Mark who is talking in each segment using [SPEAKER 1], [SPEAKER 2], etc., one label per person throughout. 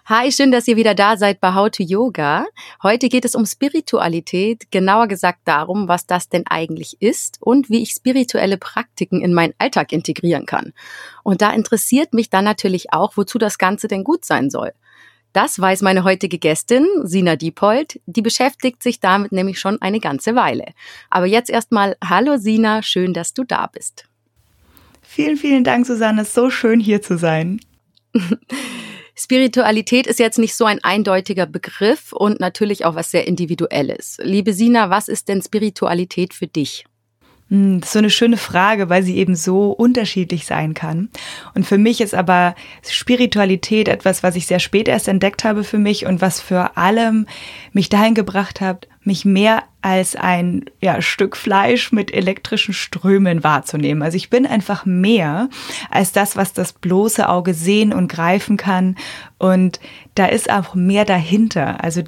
[SPEAKER 1] Hi, schön, dass ihr wieder da seid bei How to Yoga. Heute geht es um Spiritualität, genauer gesagt darum, was das denn eigentlich ist und wie ich spirituelle Praktiken in meinen Alltag integrieren kann. Und da interessiert mich dann natürlich auch, wozu das Ganze denn gut sein soll. Das weiß meine heutige Gästin, Sina Diepold, die beschäftigt sich damit nämlich schon eine ganze Weile. Aber jetzt erstmal, hallo Sina, schön, dass du da bist.
[SPEAKER 2] Vielen, vielen Dank, Susanne, es ist so schön hier zu sein.
[SPEAKER 1] Spiritualität ist jetzt nicht so ein eindeutiger Begriff und natürlich auch was sehr Individuelles. Liebe Sina, was ist denn Spiritualität für dich?
[SPEAKER 2] Das ist so eine schöne Frage, weil sie eben so unterschiedlich sein kann. Und für mich ist aber Spiritualität etwas, was ich sehr spät erst entdeckt habe für mich und was vor allem mich dahin gebracht hat, mich mehr als ein Stück Fleisch mit elektrischen Strömen wahrzunehmen. Also ich bin einfach mehr als das, was das bloße Auge sehen und greifen kann. Und da ist auch mehr dahinter. Also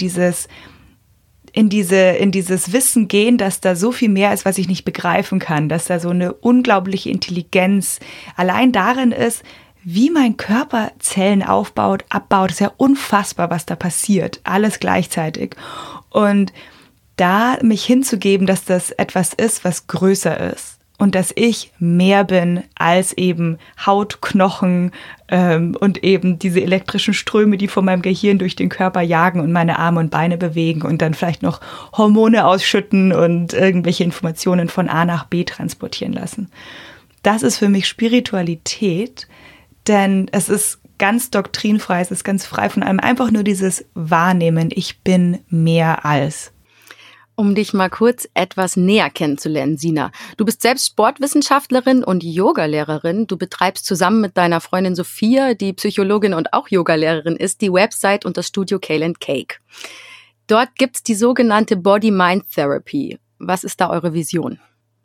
[SPEAKER 2] in dieses Wissen gehen, dass da so viel mehr ist, was ich nicht begreifen kann, dass da so eine unglaubliche Intelligenz allein darin ist, wie mein Körper Zellen aufbaut, abbaut. Das ist ja unfassbar, was da passiert. Alles gleichzeitig. Und da mich hinzugeben, dass das etwas ist, was größer ist. Und dass ich mehr bin als eben Haut, Knochen und eben diese elektrischen Ströme, die von meinem Gehirn durch den Körper jagen und meine Arme und Beine bewegen und dann vielleicht noch Hormone ausschütten und irgendwelche Informationen von A nach B transportieren lassen. Das ist für mich Spiritualität, denn es ist ganz doktrinfrei, es ist ganz frei von allem. Einfach nur dieses Wahrnehmen, ich bin mehr als.
[SPEAKER 1] Um dich mal kurz etwas näher kennenzulernen, Sina. Du bist selbst Sportwissenschaftlerin und Yogalehrerin. Du betreibst zusammen mit deiner Freundin Sophia, die Psychologin und auch Yogalehrerin ist, die Website und das Studio Kale & Cake. Dort gibt's die sogenannte Body-Mind-Therapy. Was ist da eure Vision?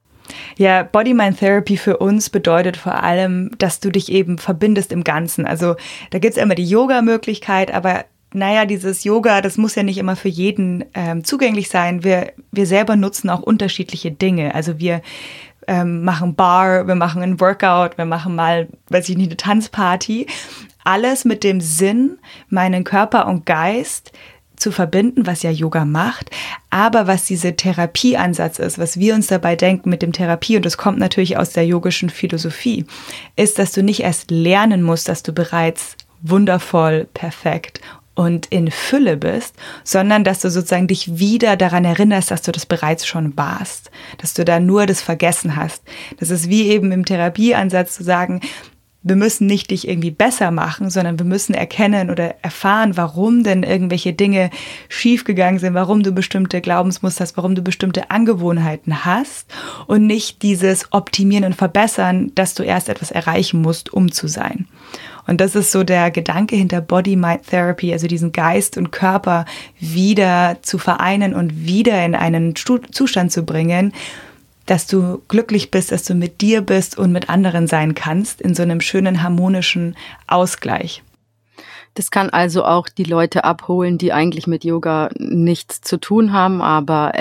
[SPEAKER 2] Ja, Body-Mind-Therapy für uns bedeutet vor allem, dass du dich eben verbindest im Ganzen. Also da gibt's immer die Yoga-Möglichkeit, aber dieses Yoga, das muss ja nicht immer für jeden zugänglich sein. Wir selber nutzen auch unterschiedliche Dinge. Also wir machen Bar, wir machen ein Workout, wir machen mal, eine Tanzparty. Alles mit dem Sinn, meinen Körper und Geist zu verbinden, was ja Yoga macht, aber was dieser Therapieansatz ist, was wir uns dabei denken mit dem Therapie, und das kommt natürlich aus der yogischen Philosophie, ist, dass du nicht erst lernen musst, dass du bereits wundervoll, perfekt und in Fülle bist, sondern dass du sozusagen dich wieder daran erinnerst, dass du das bereits schon warst, dass du da nur das vergessen hast. Das ist wie eben im Therapieansatz zu sagen, wir müssen nicht dich irgendwie besser machen, sondern wir müssen erkennen oder erfahren, warum denn irgendwelche Dinge schiefgegangen sind, warum du bestimmte Glaubensmuster hast, warum du bestimmte Angewohnheiten hast und nicht dieses Optimieren und Verbessern, dass du erst etwas erreichen musst, um zu sein. Und das ist so der Gedanke hinter Body-Mind-Therapy, also diesen Geist und Körper wieder zu vereinen und wieder in einen Zustand zu bringen, dass du glücklich bist, dass du mit dir bist und mit anderen sein kannst, in so einem schönen harmonischen Ausgleich.
[SPEAKER 1] Das kann also auch die Leute abholen, die eigentlich mit Yoga nichts zu tun haben, aber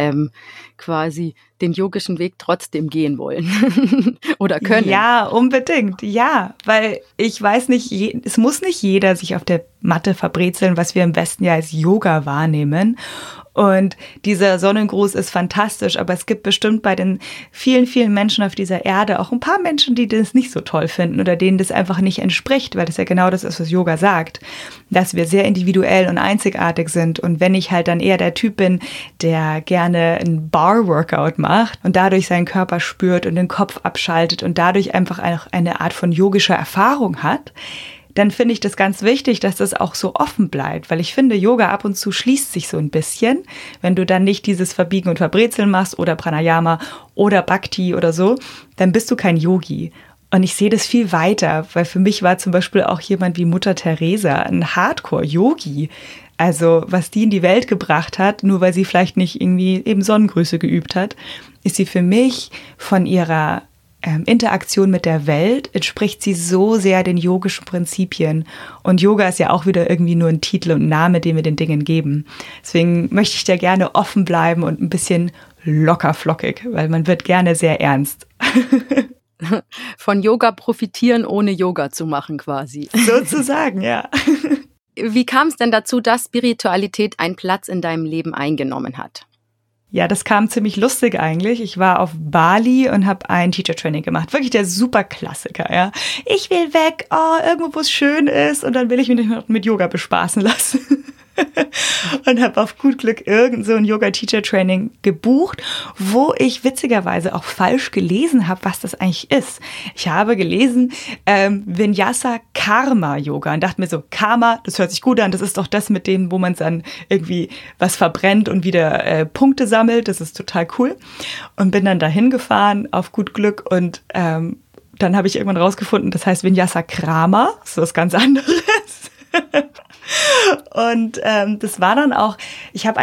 [SPEAKER 1] quasi den yogischen Weg trotzdem gehen wollen oder können.
[SPEAKER 2] Ja, unbedingt, ja, weil ich weiß nicht, es muss nicht jeder sich auf der Matte verbrezeln, was wir im Westen ja als Yoga wahrnehmen. Und dieser Sonnengruß ist fantastisch, aber es gibt bestimmt bei den vielen, vielen Menschen auf dieser Erde auch ein paar Menschen, die das nicht so toll finden oder denen das einfach nicht entspricht, weil das ja genau das ist, was Yoga sagt, dass wir sehr individuell und einzigartig sind. Und wenn ich halt dann eher der Typ bin, der gerne ein Bar-Workout macht und dadurch seinen Körper spürt und den Kopf abschaltet und dadurch einfach eine Art von yogischer Erfahrung hat, dann finde ich das ganz wichtig, dass das auch so offen bleibt, weil ich finde, Yoga ab und zu schließt sich so ein bisschen, wenn du dann nicht dieses Verbiegen und Verbrezeln machst oder Pranayama oder Bhakti oder so, dann bist du kein Yogi. Und ich sehe das viel weiter, weil für mich war zum Beispiel auch jemand wie Mutter Teresa ein Hardcore-Yogi. Also was die in die Welt gebracht hat, nur weil sie vielleicht nicht irgendwie eben Sonnengrüße geübt hat, ist sie für mich von ihrer Interaktion mit der Welt entspricht sie so sehr den yogischen Prinzipien. Und Yoga ist ja auch wieder irgendwie nur ein Titel und ein Name, den wir den Dingen geben. Deswegen möchte ich da gerne offen bleiben und ein bisschen lockerflockig, weil man wird gerne sehr ernst.
[SPEAKER 1] Von Yoga profitieren, ohne Yoga zu machen quasi.
[SPEAKER 2] Sozusagen, ja.
[SPEAKER 1] Wie kam es denn dazu, dass Spiritualität einen Platz in deinem Leben eingenommen hat?
[SPEAKER 2] Ja, das kam ziemlich lustig eigentlich. Ich war auf Bali und habe ein Teacher-Training gemacht. Wirklich der super Klassiker, ja. Ich will weg, irgendwo, wo es schön ist und dann will ich mich mit Yoga bespaßen lassen. Und habe auf gut Glück irgend so ein Yoga-Teacher-Training gebucht, wo ich witzigerweise auch falsch gelesen habe, was das eigentlich ist. Ich habe gelesen Vinyasa Karma Yoga und dachte mir so, Karma, das hört sich gut an, das ist doch das mit dem, wo man dann irgendwie was verbrennt und wieder Punkte sammelt, das ist total cool. Und bin dann dahin gefahren auf gut Glück und dann habe ich irgendwann rausgefunden, das heißt Vinyasa Krama, das ist was ganz anderes. Und das war dann auch, ich habe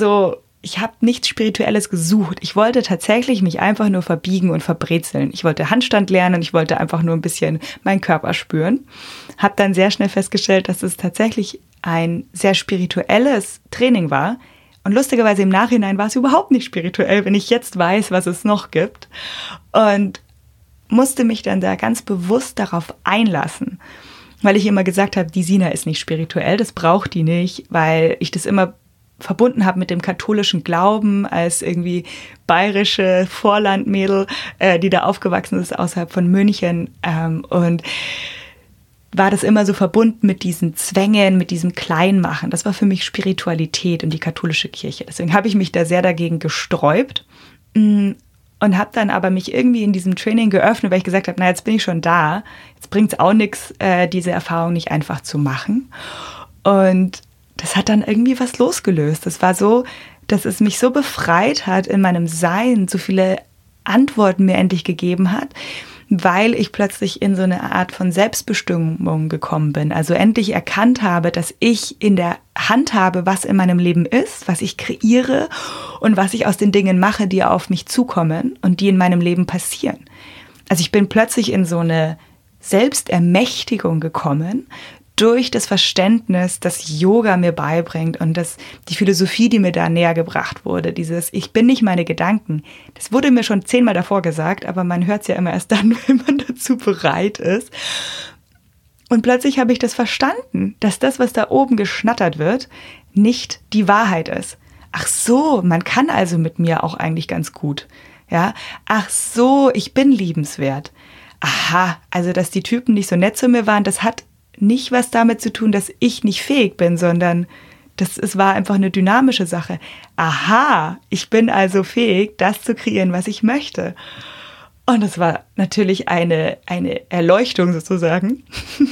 [SPEAKER 2] nichts Spirituelles gesucht. Ich wollte tatsächlich mich einfach nur verbiegen und verbrezeln. Ich wollte Handstand lernen und ich wollte einfach nur ein bisschen meinen Körper spüren. Habe dann sehr schnell festgestellt, dass es tatsächlich ein sehr spirituelles Training war. Und lustigerweise im Nachhinein war es überhaupt nicht spirituell, wenn ich jetzt weiß, was es noch gibt. Und musste mich dann da ganz bewusst darauf einlassen. Weil ich immer gesagt habe, die Sina ist nicht spirituell, das braucht die nicht, weil ich das immer verbunden habe mit dem katholischen Glauben als irgendwie bayerische Vorlandmädel, die da aufgewachsen ist außerhalb von München, und war das immer so verbunden mit diesen Zwängen, mit diesem Kleinmachen. Das war für mich Spiritualität und die katholische Kirche. Deswegen habe ich mich da sehr dagegen gesträubt. Und habe dann aber mich irgendwie in diesem Training geöffnet, weil ich gesagt habe, jetzt bin ich schon da, jetzt bringt es auch nichts, diese Erfahrung nicht einfach zu machen. Und das hat dann irgendwie was losgelöst. Das war so, dass es mich so befreit hat in meinem Sein, so viele Antworten mir endlich gegeben hat, weil ich plötzlich in so eine Art von Selbstbestimmung gekommen bin. Also endlich erkannt habe, dass ich in der Hand habe, was in meinem Leben ist, was ich kreiere und was ich aus den Dingen mache, die auf mich zukommen und die in meinem Leben passieren. Also ich bin plötzlich in so eine Selbstermächtigung gekommen durch das Verständnis, das Yoga mir beibringt und die Philosophie, die mir da näher gebracht wurde, dieses Ich bin nicht meine Gedanken, das wurde mir schon 10-mal davor gesagt, aber man hört es ja immer erst dann, wenn man dazu bereit ist. Und plötzlich habe ich das verstanden, dass das, was da oben geschnattert wird, nicht die Wahrheit ist. Ach so, man kann also mit mir auch eigentlich ganz gut. Ja? Ach so, ich bin liebenswert. Aha, also dass die Typen nicht so nett zu mir waren, das hat nicht was damit zu tun, dass ich nicht fähig bin, sondern es war einfach eine dynamische Sache. Aha, ich bin also fähig, das zu kreieren, was ich möchte. Und es war natürlich eine Erleuchtung sozusagen.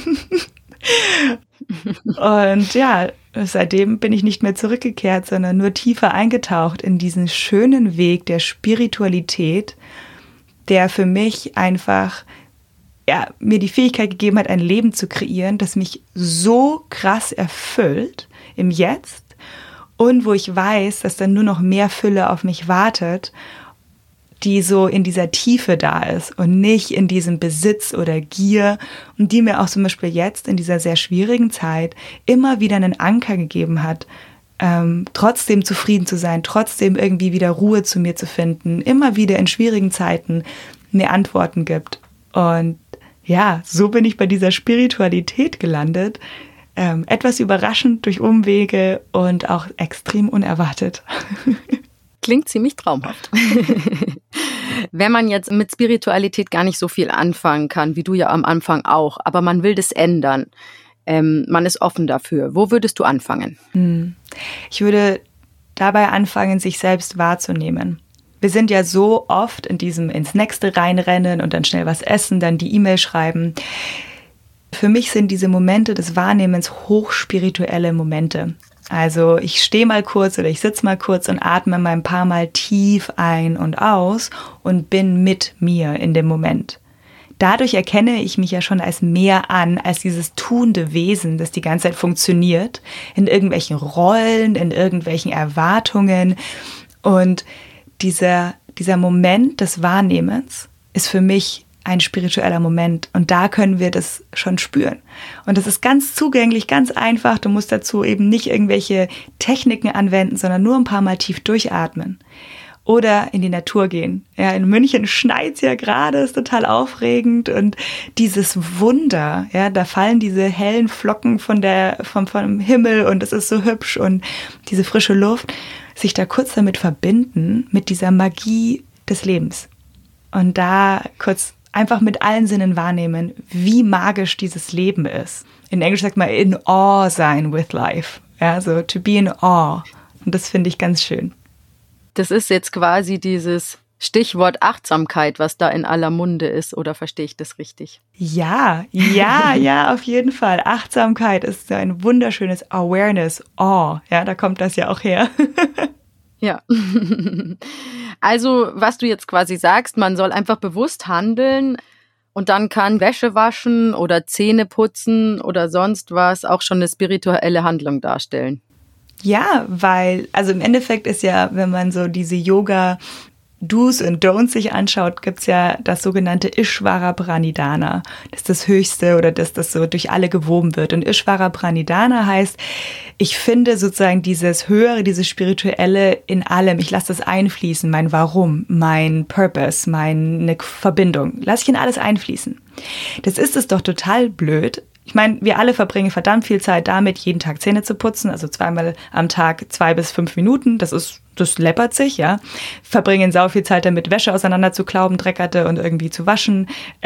[SPEAKER 2] Und ja, seitdem bin ich nicht mehr zurückgekehrt, sondern nur tiefer eingetaucht in diesen schönen Weg der Spiritualität, der für mich einfach mir die Fähigkeit gegeben hat, ein Leben zu kreieren, das mich so krass erfüllt im Jetzt und wo ich weiß, dass dann nur noch mehr Fülle auf mich wartet, die so in dieser Tiefe da ist und nicht in diesem Besitz oder Gier und die mir auch zum Beispiel jetzt in dieser sehr schwierigen Zeit immer wieder einen Anker gegeben hat, trotzdem zufrieden zu sein, trotzdem irgendwie wieder Ruhe zu mir zu finden, immer wieder in schwierigen Zeiten mir Antworten gibt. Und ja, so bin ich bei dieser Spiritualität gelandet. Etwas überraschend durch Umwege und auch extrem unerwartet.
[SPEAKER 1] Klingt ziemlich traumhaft. Wenn man jetzt mit Spiritualität gar nicht so viel anfangen kann, wie du ja am Anfang auch, aber man will das ändern, man ist offen dafür. Wo würdest du anfangen?
[SPEAKER 2] Ich würde dabei anfangen, sich selbst wahrzunehmen. Wir sind ja so oft in diesem ins Nächste reinrennen und dann schnell was essen, dann die E-Mail schreiben. Für mich sind diese Momente des Wahrnehmens hochspirituelle Momente. Also ich stehe mal kurz oder ich sitze mal kurz und atme mal ein paar Mal tief ein und aus und bin mit mir in dem Moment. Dadurch erkenne ich mich ja schon als mehr an, als dieses tuende Wesen, das die ganze Zeit funktioniert, in irgendwelchen Rollen, in irgendwelchen Erwartungen. Und dieser Moment des Wahrnehmens ist für mich ein spiritueller Moment und da können wir das schon spüren. Und das ist ganz zugänglich, ganz einfach. Du musst dazu eben nicht irgendwelche Techniken anwenden, sondern nur ein paar Mal tief durchatmen. oder in die Natur gehen. Ja, in München schneit's ja gerade, ist total aufregend und dieses Wunder, ja, da fallen diese hellen Flocken vom Himmel und es ist so hübsch und diese frische Luft, sich da kurz damit verbinden, mit dieser Magie des Lebens. Und da kurz einfach mit allen Sinnen wahrnehmen, wie magisch dieses Leben ist. In Englisch sagt man in awe sein with life. Ja, so to be in awe. Und das finde ich ganz schön.
[SPEAKER 1] Das ist jetzt quasi dieses Stichwort Achtsamkeit, was da in aller Munde ist, oder verstehe ich das richtig?
[SPEAKER 2] Ja, auf jeden Fall. Achtsamkeit ist so ein wunderschönes Awareness, Awe. Ja, da kommt das ja auch her.
[SPEAKER 1] Ja. Also, was du jetzt quasi sagst, man soll einfach bewusst handeln und dann kann Wäsche waschen oder Zähne putzen oder sonst was auch schon eine spirituelle Handlung darstellen.
[SPEAKER 2] Ja, weil, also im Endeffekt ist ja, wenn man so diese Yoga-Do's und Don'ts sich anschaut, gibt's ja das sogenannte Ishvara Pranidhana. Das ist das Höchste oder das so durch alle gewoben wird. Und Ishvara Pranidhana heißt, ich finde sozusagen dieses Höhere, dieses Spirituelle in allem. Ich lasse das einfließen, mein Warum, mein Purpose, meine Verbindung. Lasse ich in alles einfließen. Das ist es doch total blöd. Ich meine, wir alle verbringen verdammt viel Zeit damit, jeden Tag Zähne zu putzen, also 2-mal am Tag 2 bis 5 Minuten. Das läppert sich, ja. Verbringen sau viel Zeit damit, Wäsche auseinander zu klauben, Dreckerte und irgendwie zu waschen,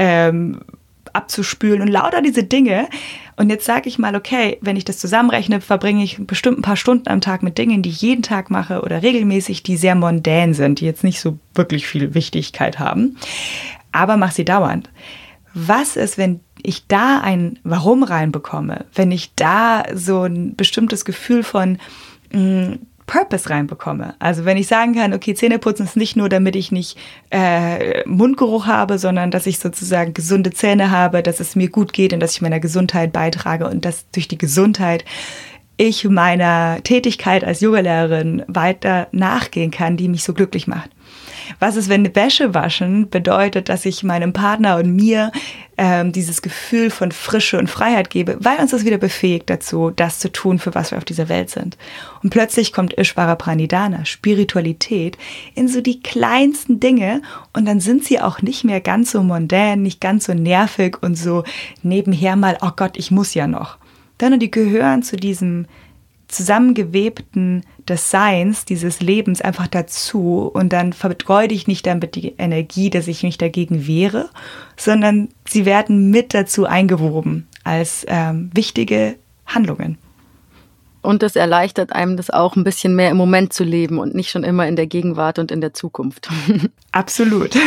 [SPEAKER 2] abzuspülen und lauter diese Dinge. Und jetzt sage ich mal, okay, wenn ich das zusammenrechne, verbringe ich bestimmt ein paar Stunden am Tag mit Dingen, die ich jeden Tag mache oder regelmäßig, die sehr mondän sind, die jetzt nicht so wirklich viel Wichtigkeit haben, aber mache sie dauernd. Was ist, wenn ich da ein Warum reinbekomme, wenn ich da so ein bestimmtes Gefühl von Purpose reinbekomme? Also wenn ich sagen kann, okay, Zähneputzen ist nicht nur, damit ich nicht Mundgeruch habe, sondern dass ich sozusagen gesunde Zähne habe, dass es mir gut geht und dass ich meiner Gesundheit beitrage und dass durch die Gesundheit ich meiner Tätigkeit als Yogalehrerin weiter nachgehen kann, die mich so glücklich macht. Was ist, wenn Wäsche waschen bedeutet, dass ich meinem Partner und mir dieses Gefühl von Frische und Freiheit gebe, weil uns das wieder befähigt dazu, das zu tun, für was wir auf dieser Welt sind. Und plötzlich kommt Ishvara Pranidhana, Spiritualität, in so die kleinsten Dinge und dann sind sie auch nicht mehr ganz so mondän, nicht ganz so nervig und so nebenher mal, oh Gott, ich muss ja noch. Sondern die gehören zu diesem zusammengewebten des Seins, dieses Lebens einfach dazu und dann vergeude ich nicht damit die Energie, dass ich mich dagegen wehre, sondern sie werden mit dazu eingewoben als wichtige Handlungen.
[SPEAKER 1] Und das erleichtert einem, das auch ein bisschen mehr im Moment zu leben und nicht schon immer in der Gegenwart und in der Zukunft.
[SPEAKER 2] Absolut.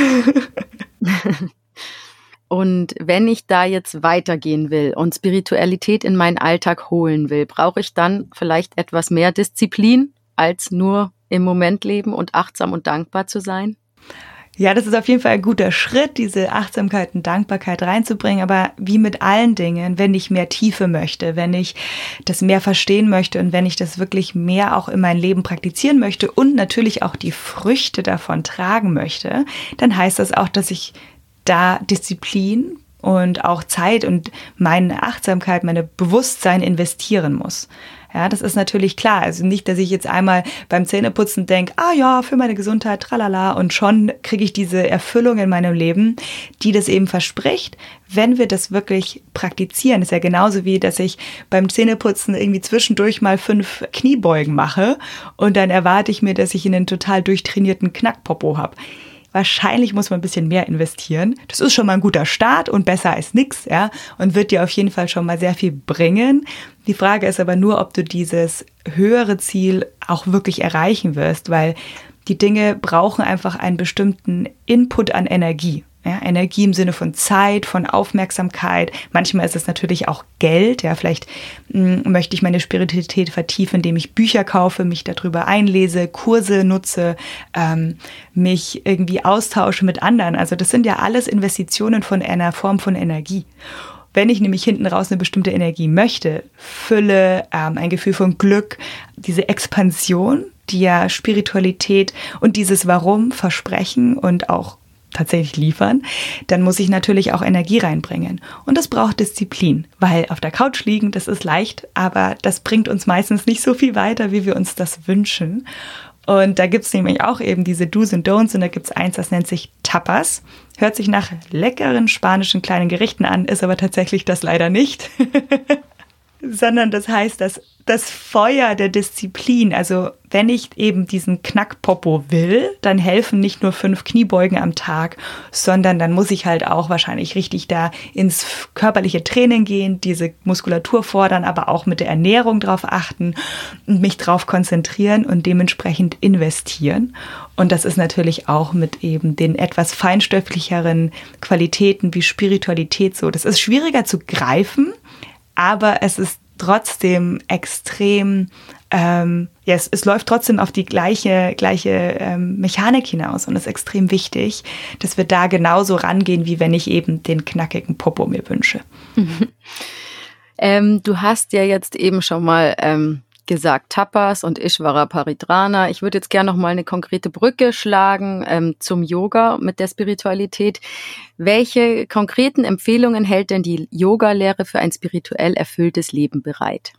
[SPEAKER 1] Und wenn ich da jetzt weitergehen will und Spiritualität in meinen Alltag holen will, brauche ich dann vielleicht etwas mehr Disziplin, als nur im Moment leben und achtsam und dankbar zu sein?
[SPEAKER 2] Ja, das ist auf jeden Fall ein guter Schritt, diese Achtsamkeit und Dankbarkeit reinzubringen. Aber wie mit allen Dingen, wenn ich mehr Tiefe möchte, wenn ich das mehr verstehen möchte und wenn ich das wirklich mehr auch in mein Leben praktizieren möchte und natürlich auch die Früchte davon tragen möchte, dann heißt das auch, dass ich da Disziplin und auch Zeit und meine Achtsamkeit, meine Bewusstsein investieren muss. Ja, das ist natürlich klar. Also nicht, dass ich jetzt einmal beim Zähneputzen denke, ah ja, für meine Gesundheit, tralala, und schon kriege ich diese Erfüllung in meinem Leben, die das eben verspricht, wenn wir das wirklich praktizieren. Das ist ja genauso wie, dass ich beim Zähneputzen irgendwie zwischendurch mal 5 Kniebeugen mache und dann erwarte ich mir, dass ich einen total durchtrainierten Knackpopo habe. Wahrscheinlich muss man ein bisschen mehr investieren. Das ist schon mal ein guter Start und besser als nix, ja, und wird dir auf jeden Fall schon mal sehr viel bringen. Die Frage ist aber nur, ob du dieses höhere Ziel auch wirklich erreichen wirst, weil die Dinge brauchen einfach einen bestimmten Input an Energie. Ja, Energie im Sinne von Zeit, von Aufmerksamkeit. Manchmal ist es natürlich auch Geld. Ja, vielleicht möchte ich meine Spiritualität vertiefen, indem ich Bücher kaufe, mich darüber einlese, Kurse nutze, mich irgendwie austausche mit anderen. Also das sind ja alles Investitionen von einer Form von Energie. Wenn ich nämlich hinten raus eine bestimmte Energie möchte, Fülle, ein Gefühl von Glück, diese Expansion, die ja Spiritualität und dieses Warum versprechen und auch tatsächlich liefern, dann muss ich natürlich auch Energie reinbringen. Und das braucht Disziplin, weil auf der Couch liegen, das ist leicht, aber das bringt uns meistens nicht so viel weiter, wie wir uns das wünschen. Und da gibt's nämlich auch eben diese Do's und Don'ts und da gibt's eins, das nennt sich Tapas. Hört sich nach leckeren spanischen kleinen Gerichten an, ist aber tatsächlich das leider nicht. Sondern das heißt, dass das Feuer der Disziplin, also wenn ich eben diesen Knackpopo will, dann helfen nicht nur 5 Kniebeugen am Tag, sondern dann muss ich halt auch wahrscheinlich richtig da ins körperliche Training gehen, diese Muskulatur fordern, aber auch mit der Ernährung drauf achten und mich drauf konzentrieren und dementsprechend investieren. Und das ist natürlich auch mit eben den etwas feinstofflicheren Qualitäten wie Spiritualität so. Das ist schwieriger zu greifen, aber es ist trotzdem extrem, es läuft trotzdem auf die gleiche Mechanik hinaus und es ist extrem wichtig, dass wir da genauso rangehen, wie wenn ich eben den knackigen Popo mir wünsche.
[SPEAKER 1] Du hast ja jetzt eben schon mal gesagt, Tapas und Ishvara Paritrana. Ich würde jetzt gerne noch mal eine konkrete Brücke schlagen zum Yoga mit der Spiritualität. Welche konkreten Empfehlungen hält denn die Yoga-Lehre für ein spirituell erfülltes Leben bereit?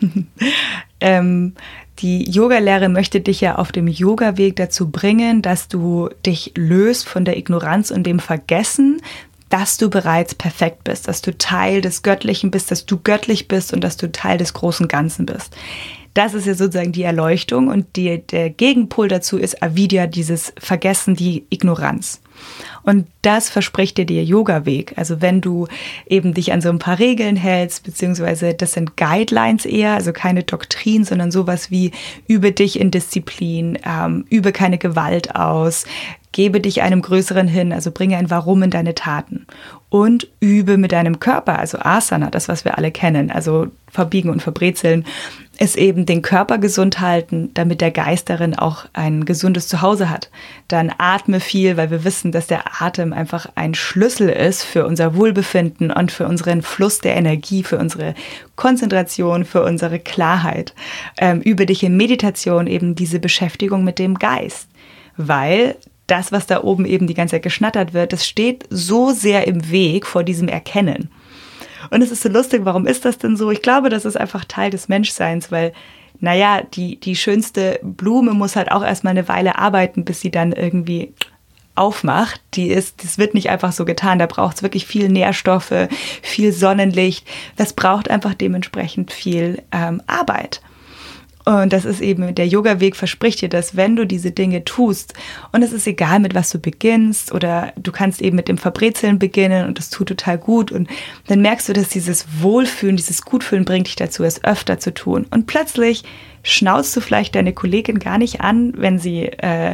[SPEAKER 2] Die Yoga-Lehre möchte dich ja auf dem Yoga-Weg dazu bringen, dass du dich löst von der Ignoranz und dem Vergessen, dass du bereits perfekt bist, dass du Teil des Göttlichen bist, dass du göttlich bist und dass du Teil des großen Ganzen bist. Das ist ja sozusagen die Erleuchtung und der Gegenpol dazu ist Avidya, dieses Vergessen, die Ignoranz. Und das verspricht dir der Yoga-Weg. Also wenn du eben dich an so ein paar Regeln hältst, beziehungsweise das sind Guidelines eher, also keine Doktrin, sondern sowas wie übe dich in Disziplin, übe keine Gewalt aus, gebe dich einem Größeren hin, also bringe ein Warum in deine Taten und übe mit deinem Körper, also Asana, das, was wir alle kennen, also verbiegen und verbrezeln, ist eben den Körper gesund halten, damit der Geist darin auch ein gesundes Zuhause hat. Dann atme viel, weil wir wissen, dass der Atem einfach ein Schlüssel ist für unser Wohlbefinden und für unseren Fluss der Energie, für unsere Konzentration, für unsere Klarheit. Übe dich in Meditation eben diese Beschäftigung mit dem Geist, weil das, was da oben eben die ganze Zeit geschnattert wird, das steht so sehr im Weg vor diesem Erkennen. Und es ist so lustig, warum ist das denn so? Ich glaube, das ist einfach Teil des Menschseins, weil, naja, die schönste Blume muss halt auch erstmal eine Weile arbeiten, bis sie dann irgendwie aufmacht. Das wird nicht einfach so getan. Da braucht es wirklich viel Nährstoffe, viel Sonnenlicht. Das braucht einfach dementsprechend viel Arbeit. Und das ist eben, der Yoga-Weg verspricht dir, dass wenn du diese Dinge tust, und es ist egal, mit was du beginnst, oder du kannst eben mit dem Verbrezeln beginnen und das tut total gut und dann merkst du, dass dieses Wohlfühlen, dieses Gutfühlen bringt dich dazu, es öfter zu tun. Und plötzlich schnauzt du vielleicht deine Kollegin gar nicht an, wenn sie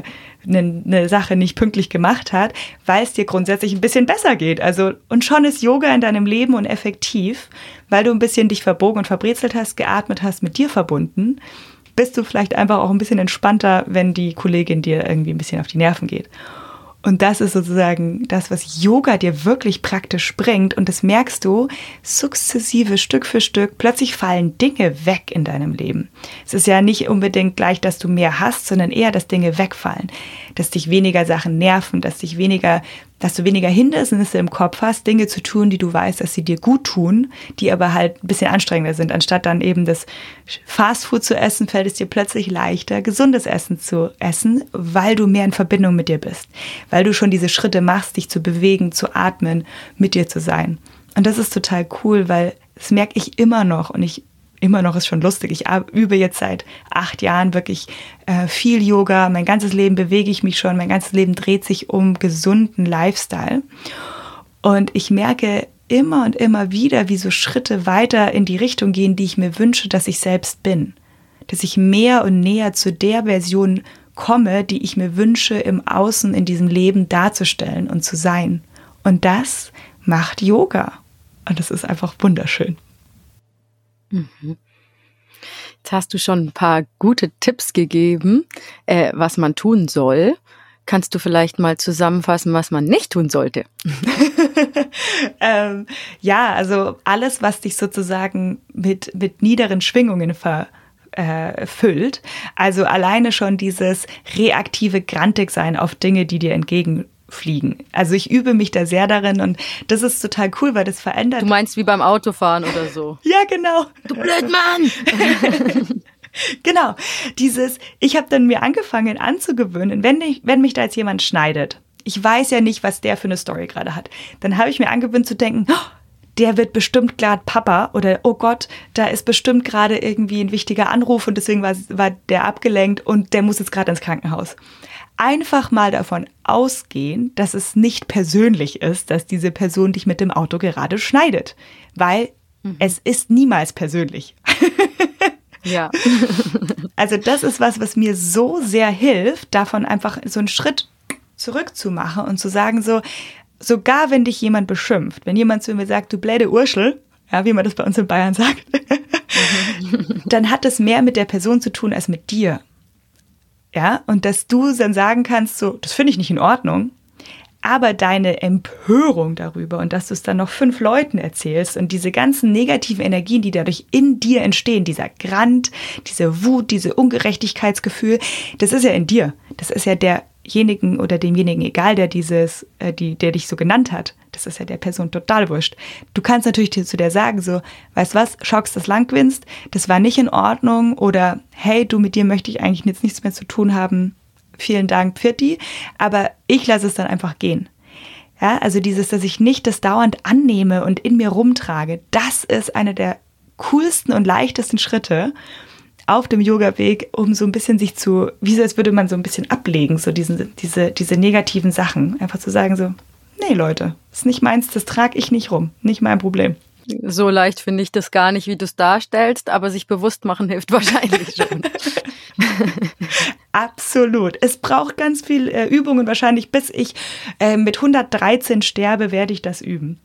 [SPEAKER 2] eine Sache nicht pünktlich gemacht hat, weil es dir grundsätzlich ein bisschen besser geht. Also, und schon ist Yoga in deinem Leben und effektiv, weil du ein bisschen dich verbogen und verbrezelt hast, geatmet hast, mit dir verbunden, bist du vielleicht einfach auch ein bisschen entspannter, wenn die Kollegin dir irgendwie ein bisschen auf die Nerven geht. Und das ist sozusagen das, was Yoga dir wirklich praktisch bringt. Und das merkst du sukzessive, Stück für Stück. Plötzlich fallen Dinge weg in deinem Leben. Es ist ja nicht unbedingt gleich, dass du mehr hast, sondern eher, dass Dinge wegfallen. Dass dich weniger Sachen nerven, dass du weniger Hindernisse im Kopf hast, Dinge zu tun, die du weißt, dass sie dir gut tun, die aber halt ein bisschen anstrengender sind. Anstatt dann eben das Fastfood zu essen, fällt es dir plötzlich leichter, gesundes Essen zu essen, weil du mehr in Verbindung mit dir bist. Weil du schon diese Schritte machst, dich zu bewegen, zu atmen, mit dir zu sein. Und das ist total cool, weil das merke ich immer noch und immer noch ist schon lustig. Ich übe jetzt seit 8 Jahren wirklich viel Yoga. Mein ganzes Leben bewege ich mich schon. Mein ganzes Leben dreht sich um gesunden Lifestyle. Und ich merke immer und immer wieder, wie so Schritte weiter in die Richtung gehen, die ich mir wünsche, dass ich selbst bin. Dass ich mehr und näher zu der Version komme, die ich mir wünsche, im Außen in diesem Leben darzustellen und zu sein. Und das macht Yoga. Und das ist einfach wunderschön.
[SPEAKER 1] Jetzt hast du schon ein paar gute Tipps gegeben, was man tun soll. Kannst du vielleicht mal zusammenfassen, was man nicht tun sollte?
[SPEAKER 2] Ja, also alles, was dich sozusagen mit niederen Schwingungen füllt. Also alleine schon dieses reaktive Grantigsein auf Dinge, die dir entgegenfliegen. Also ich übe mich da sehr darin und das ist total cool, weil das verändert.
[SPEAKER 1] Du meinst wie beim Autofahren oder so?
[SPEAKER 2] Ja, genau.
[SPEAKER 1] Du Blödmann!
[SPEAKER 2] Genau, ich habe dann mir angefangen anzugewöhnen, wenn mich da jetzt jemand schneidet, ich weiß ja nicht, was der für eine Story gerade hat, dann habe ich mir angewöhnt zu denken, oh, der wird bestimmt gerade Papa oder oh Gott, da ist bestimmt gerade irgendwie ein wichtiger Anruf und deswegen war der abgelenkt und der muss jetzt gerade ins Krankenhaus. Einfach mal davon ausgehen, dass es nicht persönlich ist, dass diese Person dich mit dem Auto gerade schneidet, weil es ist niemals persönlich.
[SPEAKER 1] Ja.
[SPEAKER 2] Also das ist was mir so sehr hilft, davon einfach so einen Schritt zurückzumachen und zu sagen so, sogar wenn dich jemand beschimpft, wenn jemand zu mir sagt, du bläde Urschel, ja, wie man das bei uns in Bayern sagt, dann hat es mehr mit der Person zu tun als mit dir. Ja, und dass du dann sagen kannst, so, das finde ich nicht in Ordnung, aber deine Empörung darüber und dass du es dann noch 5 Leuten erzählst und diese ganzen negativen Energien, die dadurch in dir entstehen, dieser Grand, diese Wut, diese Ungerechtigkeitsgefühl, das ist ja in dir. Das ist ja derjenigen oder demjenigen egal, der der dich so genannt hat. Das ist ja der Person total wurscht. Du kannst natürlich zu der sagen so, weißt was, schaust das Langwinst, das war nicht in Ordnung oder hey, du, mit dir möchte ich eigentlich jetzt nichts mehr zu tun haben. Vielen Dank, Pfirti, aber ich lasse es dann einfach gehen. Ja, also dass ich nicht das dauernd annehme und in mir rumtrage, das ist einer der coolsten und leichtesten Schritte auf dem Yoga-Weg, um so ein bisschen wie als würde man so ein bisschen ablegen, so diese negativen Sachen. Einfach zu sagen so, nee Leute, das ist nicht meins, das trage ich nicht rum, nicht mein Problem.
[SPEAKER 1] So leicht finde ich das gar nicht, wie du es darstellst, aber sich bewusst machen hilft wahrscheinlich schon.
[SPEAKER 2] Absolut. Es braucht ganz viel Übung und wahrscheinlich bis ich mit 113 sterbe, werde ich das üben.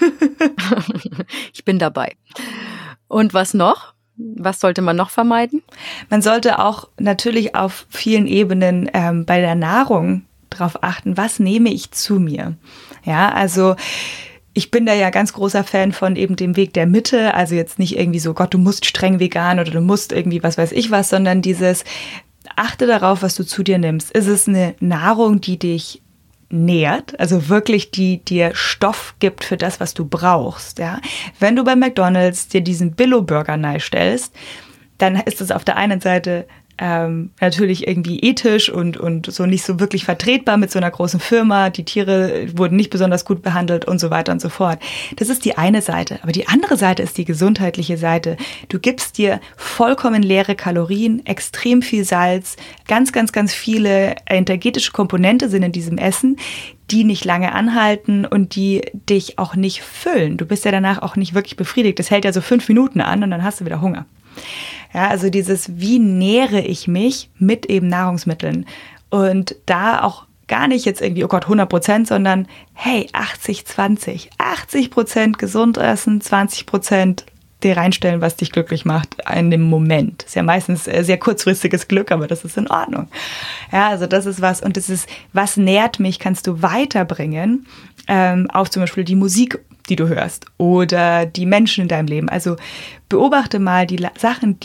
[SPEAKER 1] Ich bin dabei. Und was noch? Was sollte man noch vermeiden?
[SPEAKER 2] Man sollte auch natürlich auf vielen Ebenen bei der Nahrung darauf achten, was nehme ich zu mir. Ja, also ich bin da ja ganz großer Fan von eben dem Weg der Mitte, also jetzt nicht irgendwie so, Gott, du musst streng vegan oder du musst irgendwie was weiß ich was, sondern achte darauf, was du zu dir nimmst. Ist es eine Nahrung, die dich nährt, also wirklich die dir Stoff gibt für das, was du brauchst. Ja? Wenn du bei McDonald's dir diesen Billo-Burger stellst, dann ist es auf der einen Seite natürlich irgendwie ethisch und so nicht so wirklich vertretbar mit so einer großen Firma. Die Tiere wurden nicht besonders gut behandelt und so weiter und so fort. Das ist die eine Seite. Aber die andere Seite ist die gesundheitliche Seite. Du gibst dir vollkommen leere Kalorien, extrem viel Salz, ganz, ganz, ganz viele energetische Komponente sind in diesem Essen, die nicht lange anhalten und die dich auch nicht füllen. Du bist ja danach auch nicht wirklich befriedigt. Das hält ja so 5 Minuten an und dann hast du wieder Hunger. Ja, also wie nähere ich mich mit eben Nahrungsmitteln und da auch gar nicht jetzt irgendwie, oh Gott, 100%, sondern hey, 80-20, 80% gesund essen, 20% dir reinstellen, was dich glücklich macht in dem Moment. Ist ja meistens sehr kurzfristiges Glück, aber das ist in Ordnung. Ja, also das ist was und das ist, was nährt mich, kannst du weiterbringen auf zum Beispiel die Musik, die du hörst oder die Menschen in deinem Leben. Also beobachte mal die Sachen,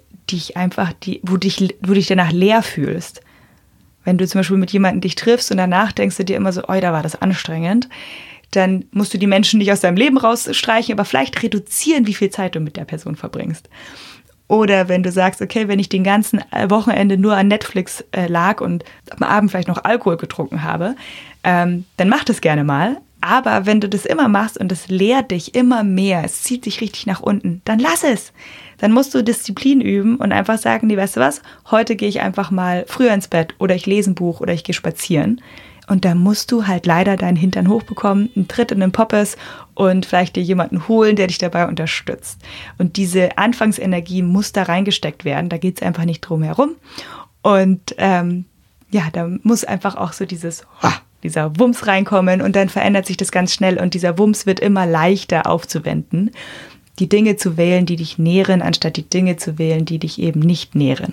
[SPEAKER 2] wo dich danach leer fühlst. Wenn du zum Beispiel mit jemandem dich triffst und danach denkst du dir immer so, da war das anstrengend, dann musst du die Menschen nicht aus deinem Leben rausstreichen, aber vielleicht reduzieren, wie viel Zeit du mit der Person verbringst. Oder wenn du sagst, okay, wenn ich den ganzen Wochenende nur an Netflix lag und am Abend vielleicht noch Alkohol getrunken habe, dann mach das gerne mal. Aber wenn du das immer machst und das leert dich immer mehr, es zieht dich richtig nach unten, dann lass es. Dann musst du Disziplin üben und einfach sagen, nee, weißt du was, heute gehe ich einfach mal früher ins Bett oder ich lese ein Buch oder ich gehe spazieren. Und da musst du halt leider deinen Hintern hochbekommen, einen Tritt in den Poppes und vielleicht dir jemanden holen, der dich dabei unterstützt. Und diese Anfangsenergie muss da reingesteckt werden, da geht es einfach nicht drum herum. Und da muss einfach auch so dieser Wumms reinkommen und dann verändert sich das ganz schnell und dieser Wumms wird immer leichter aufzuwenden, die Dinge zu wählen, die dich nähren, anstatt die Dinge zu wählen, die dich eben nicht nähren.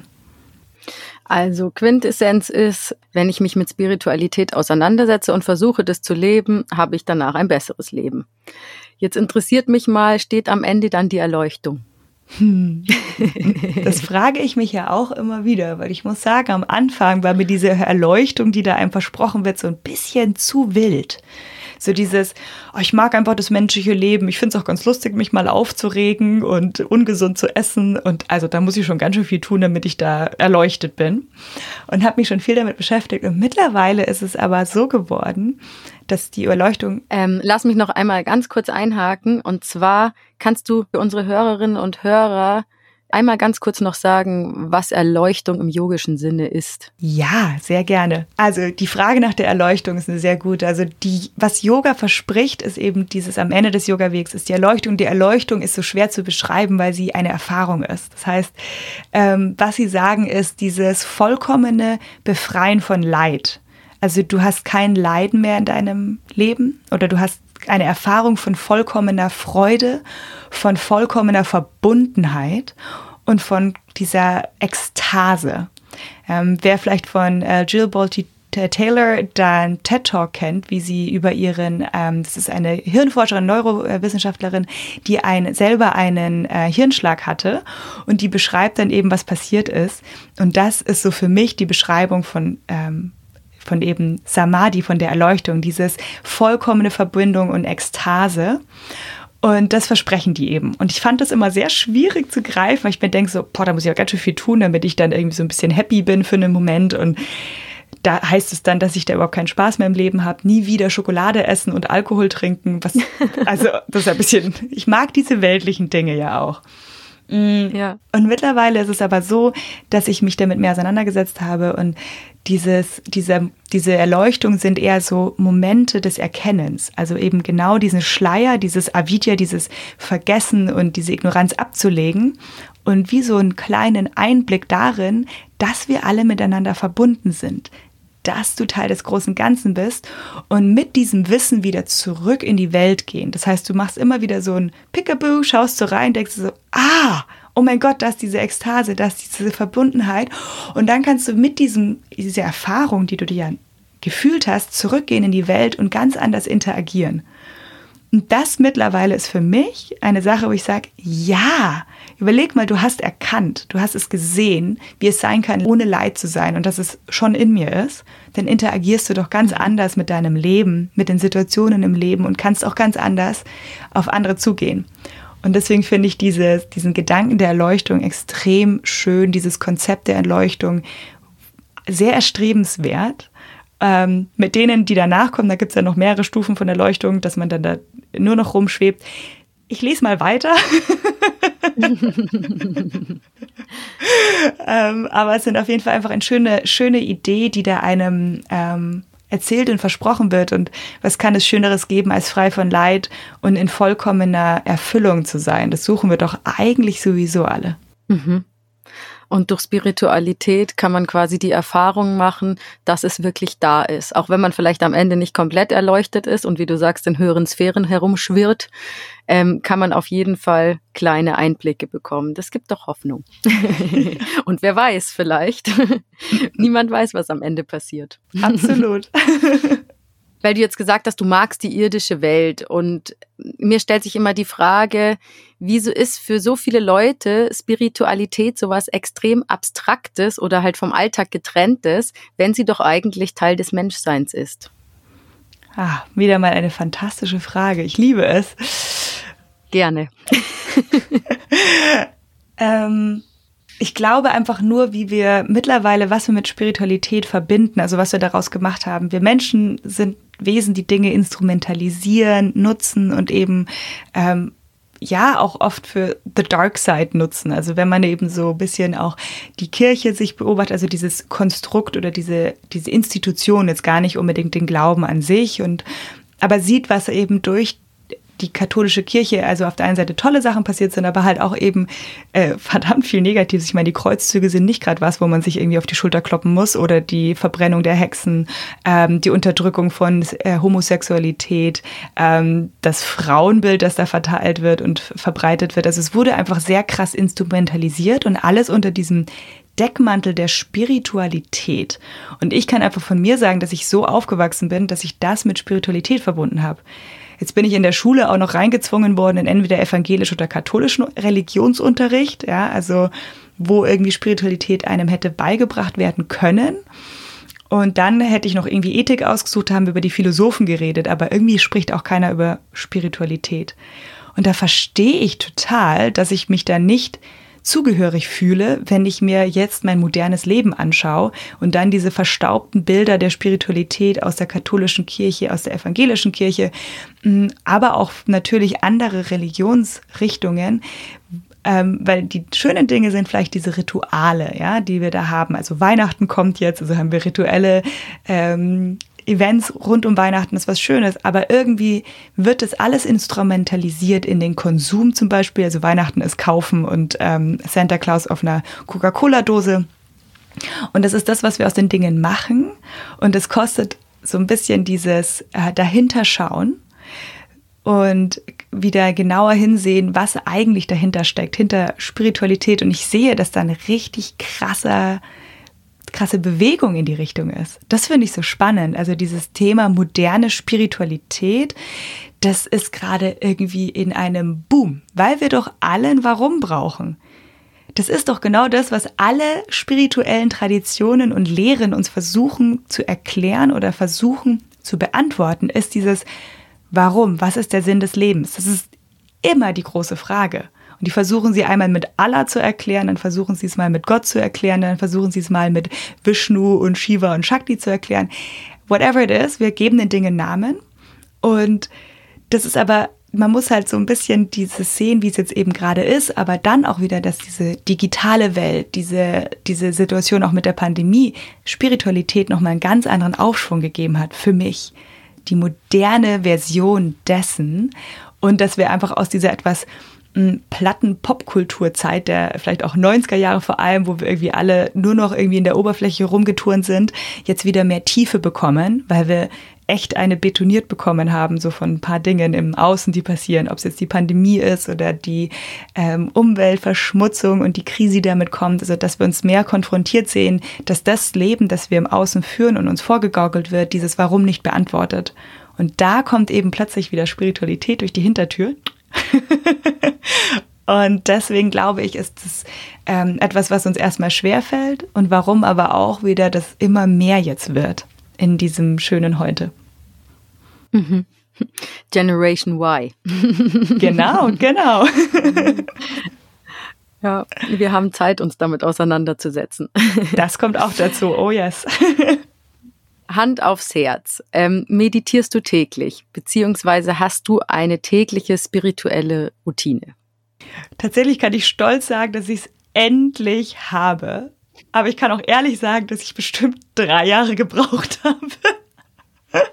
[SPEAKER 1] Also Quintessenz ist, wenn ich mich mit Spiritualität auseinandersetze und versuche, das zu leben, habe ich danach ein besseres Leben. Jetzt interessiert mich mal, steht am Ende dann die Erleuchtung?
[SPEAKER 2] Das frage ich mich ja auch immer wieder, weil ich muss sagen, am Anfang war mir diese Erleuchtung, die da einem versprochen wird, so ein bisschen zu wild. So dieses, ich mag einfach das menschliche Leben. Ich finde es auch ganz lustig, mich mal aufzuregen und ungesund zu essen. Und also da muss ich schon ganz schön viel tun, damit ich da erleuchtet bin. Und habe mich schon viel damit beschäftigt. Und mittlerweile ist es aber so geworden, dass die Erleuchtung...
[SPEAKER 1] Lass mich noch einmal ganz kurz einhaken. Und zwar kannst du für unsere Hörerinnen und Hörer einmal ganz kurz noch sagen, was Erleuchtung im yogischen Sinne ist.
[SPEAKER 2] Ja, sehr gerne. Also die Frage nach der Erleuchtung ist eine sehr gute. Also was Yoga verspricht, ist eben dieses am Ende des Yoga-Wegs ist die Erleuchtung. Die Erleuchtung ist so schwer zu beschreiben, weil sie eine Erfahrung ist. Das heißt, was sie sagen, ist dieses vollkommene Befreien von Leid. Also du hast kein Leiden mehr in deinem Leben oder du hast eine Erfahrung von vollkommener Freude, von vollkommener Verbundenheit und von dieser Ekstase. Wer vielleicht von Jill Bolte Taylor den TED Talk kennt, wie sie über ihren, das ist eine Hirnforscherin, Neurowissenschaftlerin, die selber einen Hirnschlag hatte und die beschreibt dann eben, was passiert ist. Und das ist so für mich die Beschreibung von eben Samadhi, von der Erleuchtung, dieses vollkommene Verbindung und Ekstase. Und das versprechen die eben. Und ich fand das immer sehr schwierig zu greifen, weil ich mir denke so, da muss ich auch ganz schön viel tun, damit ich dann irgendwie so ein bisschen happy bin für einen Moment. Und da heißt es dann, dass ich da überhaupt keinen Spaß mehr im Leben habe, nie wieder Schokolade essen und Alkohol trinken. Also das ist ein bisschen, ich mag diese weltlichen Dinge ja auch. Ja. Und mittlerweile ist es aber so, dass ich mich damit mehr auseinandergesetzt habe und diese Erleuchtung sind eher so Momente des Erkennens, also eben genau diesen Schleier, dieses Avidya, dieses Vergessen und diese Ignoranz abzulegen und wie so einen kleinen Einblick darin, dass wir alle miteinander verbunden sind, dass du Teil des großen Ganzen bist und mit diesem Wissen wieder zurück in die Welt gehen. Das heißt, du machst immer wieder so ein Pickaboo, schaust so rein, denkst so, oh mein Gott, da ist diese Ekstase, da ist diese Verbundenheit. Und dann kannst du mit dieser Erfahrung, die du dir ja gefühlt hast, zurückgehen in die Welt und ganz anders interagieren. Und das mittlerweile ist für mich eine Sache, wo ich sage, ja, überleg mal, du hast erkannt, du hast es gesehen, wie es sein kann, ohne Leid zu sein und dass es schon in mir ist, dann interagierst du doch ganz anders mit deinem Leben, mit den Situationen im Leben und kannst auch ganz anders auf andere zugehen. Und deswegen finde ich diesen Gedanken der Erleuchtung extrem schön, dieses Konzept der Erleuchtung sehr erstrebenswert. Mit denen, die danach kommen, da gibt es ja noch mehrere Stufen von Erleuchtung, dass man dann da nur noch rumschwebt. Ich lese mal weiter. Aber es sind auf jeden Fall einfach eine schöne Idee, die da einem erzählt und versprochen wird. Und was kann es Schöneres geben, als frei von Leid und in vollkommener Erfüllung zu sein? Das suchen wir doch eigentlich sowieso alle.
[SPEAKER 1] Mhm. Und durch Spiritualität kann man quasi die Erfahrung machen, dass es wirklich da ist. Auch wenn man vielleicht am Ende nicht komplett erleuchtet ist und wie du sagst, in höheren Sphären herumschwirrt, kann man auf jeden Fall kleine Einblicke bekommen. Das gibt doch Hoffnung. Und wer weiß, vielleicht. Niemand weiß, was am Ende passiert.
[SPEAKER 2] Absolut.
[SPEAKER 1] Weil du jetzt gesagt hast, du magst die irdische Welt und mir stellt sich immer die Frage, wieso ist für so viele Leute Spiritualität sowas extrem Abstraktes oder halt vom Alltag getrenntes, wenn sie doch eigentlich Teil des Menschseins ist?
[SPEAKER 2] Wieder mal eine fantastische Frage. Ich liebe es.
[SPEAKER 1] Gerne.
[SPEAKER 2] Ich glaube einfach nur, wie wir mittlerweile, was wir mit Spiritualität verbinden, also was wir daraus gemacht haben. Wir Menschen sind Wesen, die Dinge instrumentalisieren, nutzen und eben auch oft für the dark side nutzen. Also wenn man eben so ein bisschen auch die Kirche sich beobachtet, also dieses Konstrukt oder diese Institution, jetzt gar nicht unbedingt den Glauben an sich, aber sieht, was eben durch die katholische Kirche, also auf der einen Seite tolle Sachen passiert sind, aber halt auch eben verdammt viel Negatives. Ich meine, die Kreuzzüge sind nicht gerade was, wo man sich irgendwie auf die Schulter kloppen muss oder die Verbrennung der Hexen, die Unterdrückung von Homosexualität, das Frauenbild, das da verteilt wird und verbreitet wird. Also es wurde einfach sehr krass instrumentalisiert und alles unter diesem Deckmantel der Spiritualität. Und ich kann einfach von mir sagen, dass ich so aufgewachsen bin, dass ich das mit Spiritualität verbunden habe. Jetzt bin ich in der Schule auch noch reingezwungen worden in entweder evangelisch oder katholischen Religionsunterricht, ja, also wo irgendwie Spiritualität einem hätte beigebracht werden können. Und dann hätte ich noch irgendwie Ethik ausgesucht, haben wir über die Philosophen geredet, aber irgendwie spricht auch keiner über Spiritualität. Und da verstehe ich total, dass ich mich da nicht zugehörig fühle, wenn ich mir jetzt mein modernes Leben anschaue und dann diese verstaubten Bilder der Spiritualität aus der katholischen Kirche, aus der evangelischen Kirche, aber auch natürlich andere Religionsrichtungen, weil die schönen Dinge sind vielleicht diese Rituale, ja, die wir da haben. Also Weihnachten kommt jetzt, also haben wir rituelle Events rund um Weihnachten, ist was Schönes, aber irgendwie wird das alles instrumentalisiert in den Konsum zum Beispiel. Also Weihnachten ist kaufen und Santa Claus auf einer Coca-Cola-Dose. Und das ist das, was wir aus den Dingen machen. Und es kostet so ein bisschen dieses Dahinterschauen und wieder genauer hinsehen, was eigentlich dahinter steckt, hinter Spiritualität. Und ich sehe, dass da eine richtig krasse Bewegung in die Richtung ist. Das finde ich so spannend. Also dieses Thema moderne Spiritualität, das ist gerade irgendwie in einem Boom, weil wir doch alle ein Warum brauchen. Das ist doch genau das, was alle spirituellen Traditionen und Lehren uns versuchen zu erklären oder versuchen zu beantworten, ist dieses Warum? Was ist der Sinn des Lebens? Das ist immer die große Frage. Und die versuchen sie einmal mit Allah zu erklären, dann versuchen sie es mal mit Gott zu erklären, dann versuchen sie es mal mit Vishnu und Shiva und Shakti zu erklären. Whatever it is, wir geben den Dingen Namen. Und das ist aber, man muss halt so ein bisschen dieses sehen, wie es jetzt eben gerade ist, aber dann auch wieder, dass diese digitale Welt, diese Situation auch mit der Pandemie, Spiritualität nochmal einen ganz anderen Aufschwung gegeben hat für mich. Die moderne Version dessen und dass wir einfach aus dieser etwas platten Popkulturzeit der vielleicht auch 90er Jahre vor allem, wo wir irgendwie alle nur noch irgendwie in der Oberfläche rumgeturnt sind, jetzt wieder mehr Tiefe bekommen, weil wir echt eine betoniert bekommen haben, so von ein paar Dingen im Außen, die passieren, ob es jetzt die Pandemie ist oder die Umweltverschmutzung und die Krise, die damit kommt, also dass wir uns mehr konfrontiert sehen, dass das Leben, das wir im Außen führen und uns vorgegaukelt wird, dieses Warum nicht beantwortet. Und da kommt eben plötzlich wieder Spiritualität durch die Hintertür. Und deswegen glaube ich, ist es etwas, was uns erstmal schwerfällt und warum aber auch wieder das immer mehr jetzt wird in diesem schönen Heute.
[SPEAKER 1] Mhm. Generation Y.
[SPEAKER 2] Genau.
[SPEAKER 1] Ja, wir haben Zeit, uns damit auseinanderzusetzen.
[SPEAKER 2] Das kommt auch dazu, oh yes.
[SPEAKER 1] Hand aufs Herz. Meditierst du täglich, beziehungsweise hast du eine tägliche spirituelle Routine?
[SPEAKER 2] Tatsächlich kann ich stolz sagen, dass ich es endlich habe. Aber ich kann auch ehrlich sagen, dass ich bestimmt 3 Jahre gebraucht habe.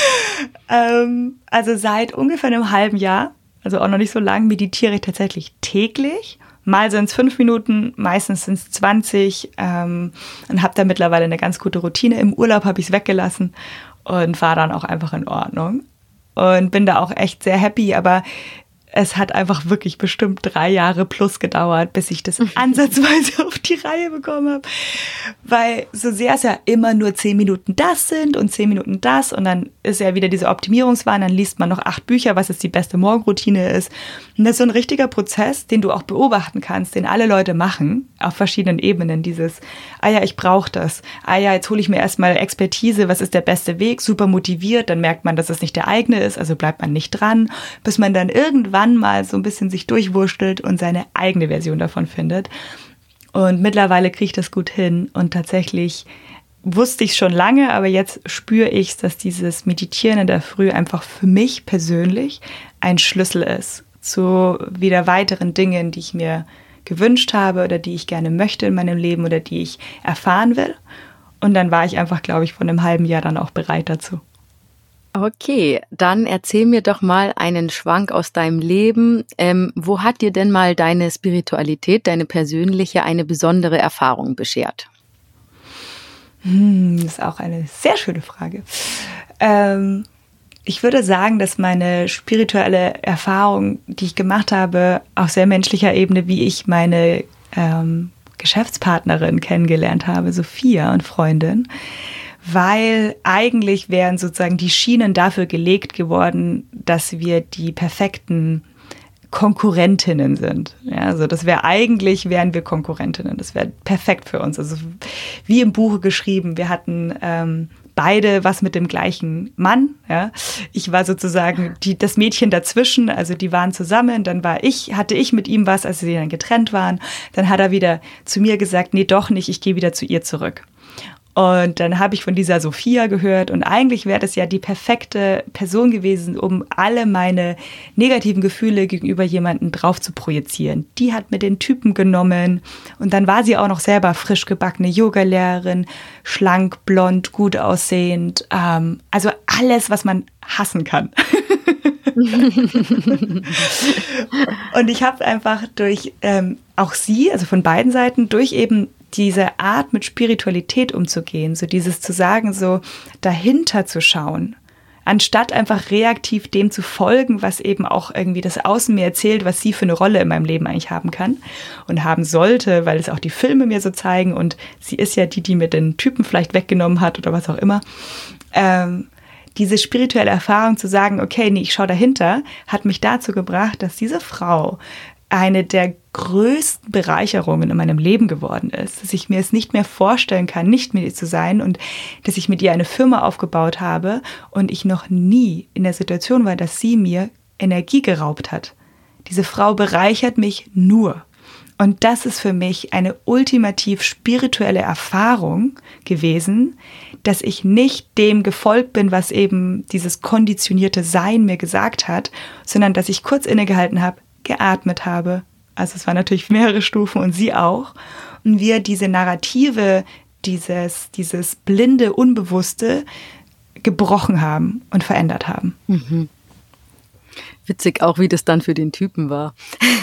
[SPEAKER 2] Also seit ungefähr einem halben Jahr, also auch noch nicht so lang, meditiere ich tatsächlich täglich. Mal sind es 5 Minuten, meistens sind es 20 und habe da mittlerweile eine ganz gute Routine. Im Urlaub habe ich es weggelassen und war dann auch einfach in Ordnung und bin da auch echt sehr happy, aber es hat einfach wirklich bestimmt 3 Jahre plus gedauert, bis ich das ansatzweise auf die Reihe bekommen habe. Weil so sehr es ja immer nur 10 Minuten das sind und 10 Minuten das und dann ist ja wieder diese Optimierungswahn, dann liest man noch 8 Bücher, was jetzt die beste Morgenroutine ist. Und das ist so ein richtiger Prozess, den du auch beobachten kannst, den alle Leute machen, auf verschiedenen Ebenen. Dieses, ich brauche das. Jetzt hole ich mir erstmal Expertise, was ist der beste Weg, super motiviert, dann merkt man, dass es nicht der eigene ist, also bleibt man nicht dran, bis man dann irgendwann mal so ein bisschen sich durchwurschtelt und seine eigene Version davon findet. Und mittlerweile kriege ich das gut hin und tatsächlich wusste ich es schon lange, aber jetzt spüre ich, dass dieses Meditieren in der Früh einfach für mich persönlich ein Schlüssel ist zu wieder weiteren Dingen, die ich mir gewünscht habe oder die ich gerne möchte in meinem Leben oder die ich erfahren will. Und dann war ich einfach, glaube ich, von einem halben Jahr dann auch bereit dazu.
[SPEAKER 1] Okay, dann erzähl mir doch mal einen Schwank aus deinem Leben. Wo hat dir denn mal deine Spiritualität, deine persönliche, eine besondere Erfahrung beschert?
[SPEAKER 2] Das ist auch eine sehr schöne Frage. Ich würde sagen, dass meine spirituelle Erfahrung, die ich gemacht habe, auf sehr menschlicher Ebene, wie ich meine Geschäftspartnerin kennengelernt habe, Sophia und Freundin, weil eigentlich wären sozusagen die Schienen dafür gelegt geworden, dass wir die perfekten Konkurrentinnen sind. Ja, also wären wir Konkurrentinnen. Das wäre perfekt für uns. Also wie im Buche geschrieben, wir hatten beide was mit dem gleichen Mann. Ja. Ich war sozusagen das Mädchen dazwischen, also die waren zusammen, dann hatte ich mit ihm was, als sie dann getrennt waren. Dann hat er wieder zu mir gesagt, nee, doch nicht, ich gehe wieder zu ihr zurück. Und dann habe ich von dieser Sophia gehört und eigentlich wäre das ja die perfekte Person gewesen, um alle meine negativen Gefühle gegenüber jemandem drauf zu projizieren. Die hat mir den Typen genommen und dann war sie auch noch selber frisch gebackene Yogalehrerin, schlank, blond, gut aussehend, also alles, was man hassen kann. Und ich habe einfach durch auch sie, also von beiden Seiten, durch eben diese Art mit Spiritualität umzugehen, so dieses zu sagen, so dahinter zu schauen, anstatt einfach reaktiv dem zu folgen, was eben auch irgendwie das Außen mir erzählt, was sie für eine Rolle in meinem Leben eigentlich haben kann und haben sollte, weil es auch die Filme mir so zeigen und sie ist ja die mir den Typen vielleicht weggenommen hat oder was auch immer. Diese spirituelle Erfahrung zu sagen, okay, nee, ich schaue dahinter, hat mich dazu gebracht, dass diese Frau eine der größten Bereicherungen in meinem Leben geworden ist, dass ich mir es nicht mehr vorstellen kann, nicht mit ihr zu sein und dass ich mit ihr eine Firma aufgebaut habe und ich noch nie in der Situation war, dass sie mir Energie geraubt hat. Diese Frau bereichert mich nur. Und das ist für mich eine ultimativ spirituelle Erfahrung gewesen, dass ich nicht dem gefolgt bin, was eben dieses konditionierte Sein mir gesagt hat, sondern dass ich kurz innegehalten habe, geatmet habe. Also es waren natürlich mehrere Stufen und sie auch. Und wir diese Narrative, dieses blinde, Unbewusste gebrochen haben und verändert haben.
[SPEAKER 1] Mhm. Witzig auch, wie das dann für den Typen war.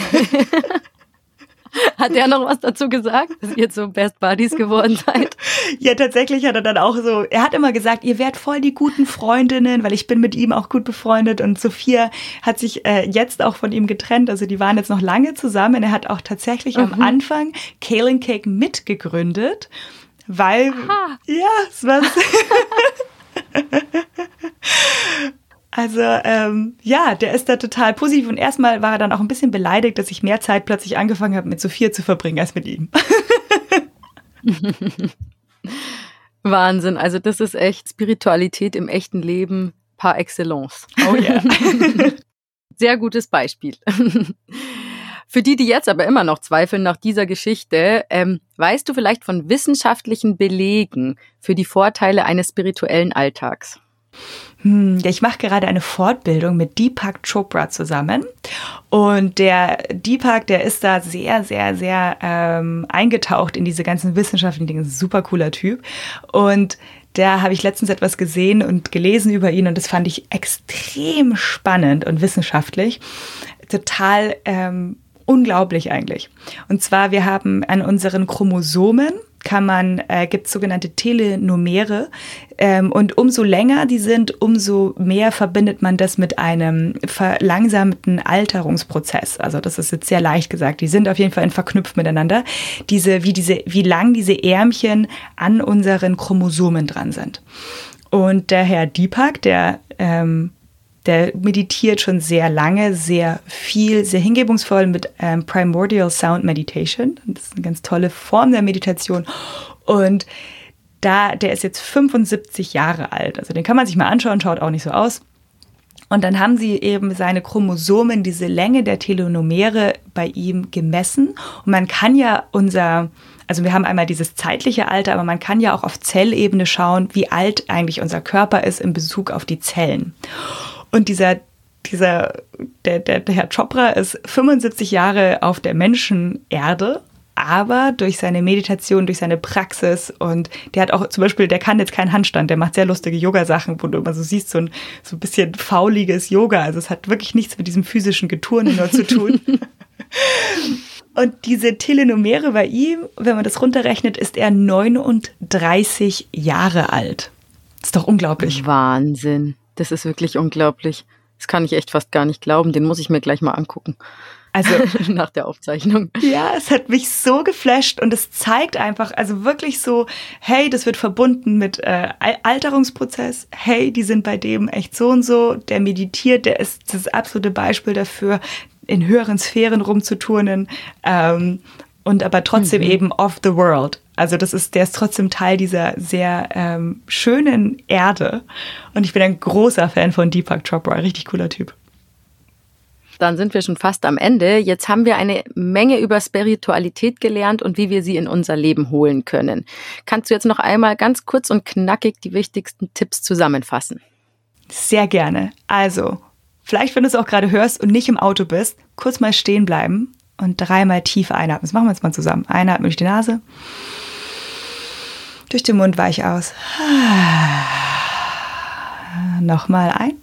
[SPEAKER 1] Hat der noch was dazu gesagt, dass ihr jetzt so Best Buddies geworden seid?
[SPEAKER 2] Ja, tatsächlich hat er dann auch so, er hat immer gesagt, ihr werdet voll die guten Freundinnen, weil ich bin mit ihm auch gut befreundet und Sophia hat sich jetzt auch von ihm getrennt, also die waren jetzt noch lange zusammen. Er hat auch tatsächlich am Anfang Kale and Cake mitgegründet, weil, ja, es war also ja, der ist da total positiv und erstmal war er dann auch ein bisschen beleidigt, dass ich mehr Zeit plötzlich angefangen habe, mit Sophia zu verbringen als mit ihm.
[SPEAKER 1] Wahnsinn, also das ist echt Spiritualität im echten Leben par excellence.
[SPEAKER 2] Oh ja. Yeah.
[SPEAKER 1] Sehr gutes Beispiel. Für die jetzt aber immer noch zweifeln nach dieser Geschichte, weißt du vielleicht von wissenschaftlichen Belegen für die Vorteile eines spirituellen Alltags?
[SPEAKER 2] Ja, ich mache gerade eine Fortbildung mit Deepak Chopra zusammen und der Deepak, der ist da sehr, sehr, sehr eingetaucht in diese ganzen wissenschaftlichen Dinge, super cooler Typ und da habe ich letztens etwas gesehen und gelesen über ihn und das fand ich extrem spannend und wissenschaftlich, total unglaublich eigentlich. Und zwar, wir haben an unseren Chromosomen gibt es sogenannte Telomeere und umso länger die sind, umso mehr verbindet man das mit einem verlangsamten Alterungsprozess. Also das ist jetzt sehr leicht gesagt. Die sind auf jeden Fall verknüpft miteinander, wie lang diese Ärmchen an unseren Chromosomen dran sind. Und der Herr Deepak, der meditiert schon sehr lange, sehr viel, sehr hingebungsvoll mit Primordial Sound Meditation. Das ist eine ganz tolle Form der Meditation. Und der ist jetzt 75 Jahre alt. Also den kann man sich mal anschauen, schaut auch nicht so aus. Und dann haben sie eben seine Chromosomen, diese Länge der Telomere bei ihm gemessen. Und man kann ja also wir haben einmal dieses zeitliche Alter, aber man kann ja auch auf Zellebene schauen, wie alt eigentlich unser Körper ist in Bezug auf die Zellen. Und der Herr Chopra ist 75 Jahre auf der Menschenerde, aber durch seine Meditation, durch seine Praxis und der hat auch zum Beispiel, der kann jetzt keinen Handstand, der macht sehr lustige Yoga-Sachen, wo du immer so siehst, so ein bisschen fauliges Yoga. Also es hat wirklich nichts mit diesem physischen Geturnen nur zu tun. Und diese Telomere bei ihm, wenn man das runterrechnet, ist er 39 Jahre alt. Das ist doch unglaublich.
[SPEAKER 1] Wahnsinn. Das ist wirklich unglaublich. Das kann ich echt fast gar nicht glauben. Den muss ich mir gleich mal angucken. Also nach der Aufzeichnung.
[SPEAKER 2] Ja, es hat mich so geflasht und es zeigt einfach, also wirklich so, hey, das wird verbunden mit Alterungsprozess. Hey, die sind bei dem echt so und so. Der meditiert, das ist das absolute Beispiel dafür. in höheren Sphären rumzuturnen, und aber trotzdem eben off the world. Also der ist trotzdem Teil dieser sehr schönen Erde. Und ich bin ein großer Fan von Deepak Chopra, richtig cooler Typ.
[SPEAKER 1] Dann sind wir schon fast am Ende. Jetzt haben wir eine Menge über Spiritualität gelernt und wie wir sie in unser Leben holen können. Kannst du jetzt noch einmal ganz kurz und knackig die wichtigsten Tipps zusammenfassen?
[SPEAKER 2] Sehr gerne. Also, vielleicht, wenn du es auch gerade hörst und nicht im Auto bist, kurz mal stehen bleiben und 3-mal tief einatmen. Das machen wir jetzt mal zusammen. Einatmen durch die Nase. Durch den Mund weich aus. Nochmal ein.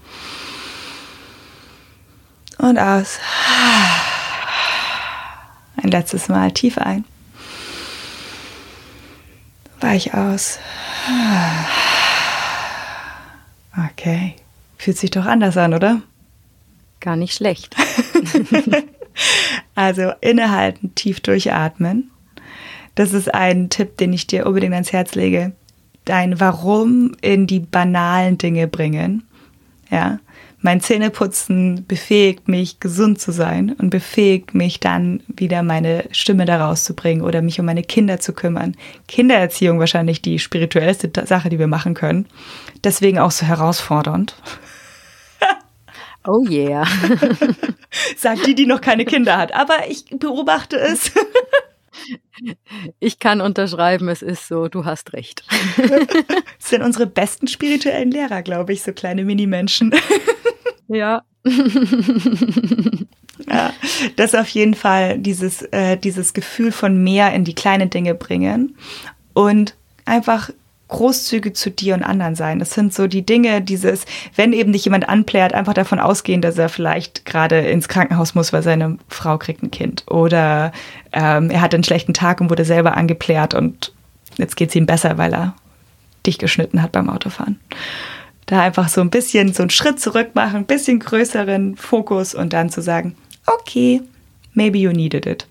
[SPEAKER 2] Und aus. Ein letztes Mal tief ein. Weich aus. Okay. Fühlt sich doch anders an, oder?
[SPEAKER 1] Gar nicht schlecht.
[SPEAKER 2] Also innehalten, tief durchatmen. Das ist ein Tipp, den ich dir unbedingt ans Herz lege. Dein Warum in die banalen Dinge bringen. Ja. Mein Zähneputzen befähigt mich, gesund zu sein und befähigt mich dann wieder meine Stimme da rauszubringen oder mich um meine Kinder zu kümmern. Kindererziehung wahrscheinlich die spirituellste Sache, die wir machen können. Deswegen auch so herausfordernd.
[SPEAKER 1] Oh yeah.
[SPEAKER 2] Sagt die noch keine Kinder hat. Aber ich beobachte es.
[SPEAKER 1] Ich kann unterschreiben, es ist so, du hast recht.
[SPEAKER 2] Das sind unsere besten spirituellen Lehrer, glaube ich, so kleine Minimenschen.
[SPEAKER 1] Ja.
[SPEAKER 2] Ja, das auf jeden Fall dieses Gefühl von mehr in die kleinen Dinge bringen und einfach großzügig zu dir und anderen sein. Das sind so die Dinge, wenn eben dich jemand anplärt, einfach davon ausgehen, dass er vielleicht gerade ins Krankenhaus muss, weil seine Frau kriegt ein Kind. Oder er hatte einen schlechten Tag und wurde selber angeplärt und jetzt geht es ihm besser, weil er dich geschnitten hat beim Autofahren. Da einfach so ein bisschen so einen Schritt zurück machen, ein bisschen größeren Fokus und dann zu sagen, okay, maybe you needed it.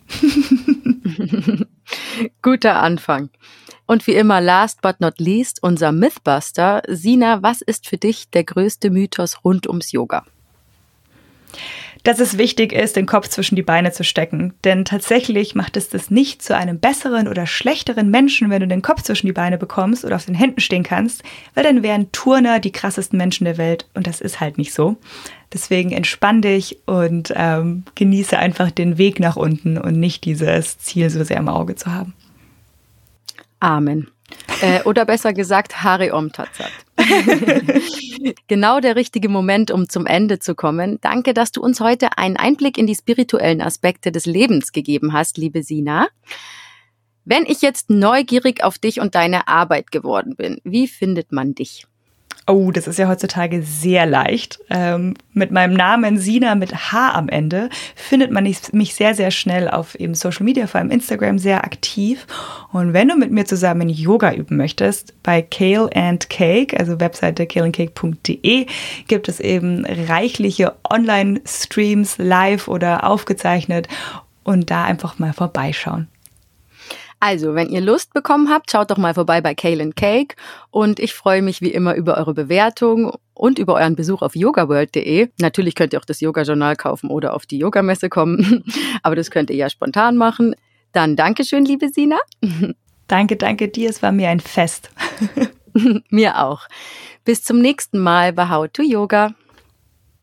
[SPEAKER 1] Guter Anfang. Und wie immer, last but not least, unser Mythbuster. Sina, was ist für dich der größte Mythos rund ums Yoga?
[SPEAKER 2] Dass es wichtig ist, den Kopf zwischen die Beine zu stecken. Denn tatsächlich macht es das nicht zu einem besseren oder schlechteren Menschen, wenn du den Kopf zwischen die Beine bekommst oder auf den Händen stehen kannst, weil dann wären Turner die krassesten Menschen der Welt und das ist halt nicht so. Deswegen entspann dich und genieße einfach den Weg nach unten und nicht dieses Ziel so sehr im Auge zu haben.
[SPEAKER 1] Amen. Oder besser gesagt, Hari Om Tat Sat. Genau der richtige Moment, um zum Ende zu kommen. Danke, dass du uns heute einen Einblick in die spirituellen Aspekte des Lebens gegeben hast, liebe Sina. Wenn ich jetzt neugierig auf dich und deine Arbeit geworden bin, wie findet man dich?
[SPEAKER 2] Oh, das ist ja heutzutage sehr leicht. Mit meinem Namen Sina mit H am Ende findet man mich sehr, sehr schnell auf eben Social Media, vor allem Instagram, sehr aktiv. Und wenn du mit mir zusammen Yoga üben möchtest, bei Kale and Cake, also Webseite kaleandcake.de, gibt es eben reichliche Online-Streams, live oder aufgezeichnet und da einfach mal vorbeischauen.
[SPEAKER 1] Also, wenn ihr Lust bekommen habt, schaut doch mal vorbei bei Kale and Cake und ich freue mich wie immer über eure Bewertung und über euren Besuch auf yogaworld.de. Natürlich könnt ihr auch das Yoga-Journal kaufen oder auf die Yogamesse kommen, aber das könnt ihr ja spontan machen. Dann Dankeschön, liebe Sina.
[SPEAKER 2] Danke dir, es war mir ein Fest.
[SPEAKER 1] Mir auch. Bis zum nächsten Mal bei How to Yoga.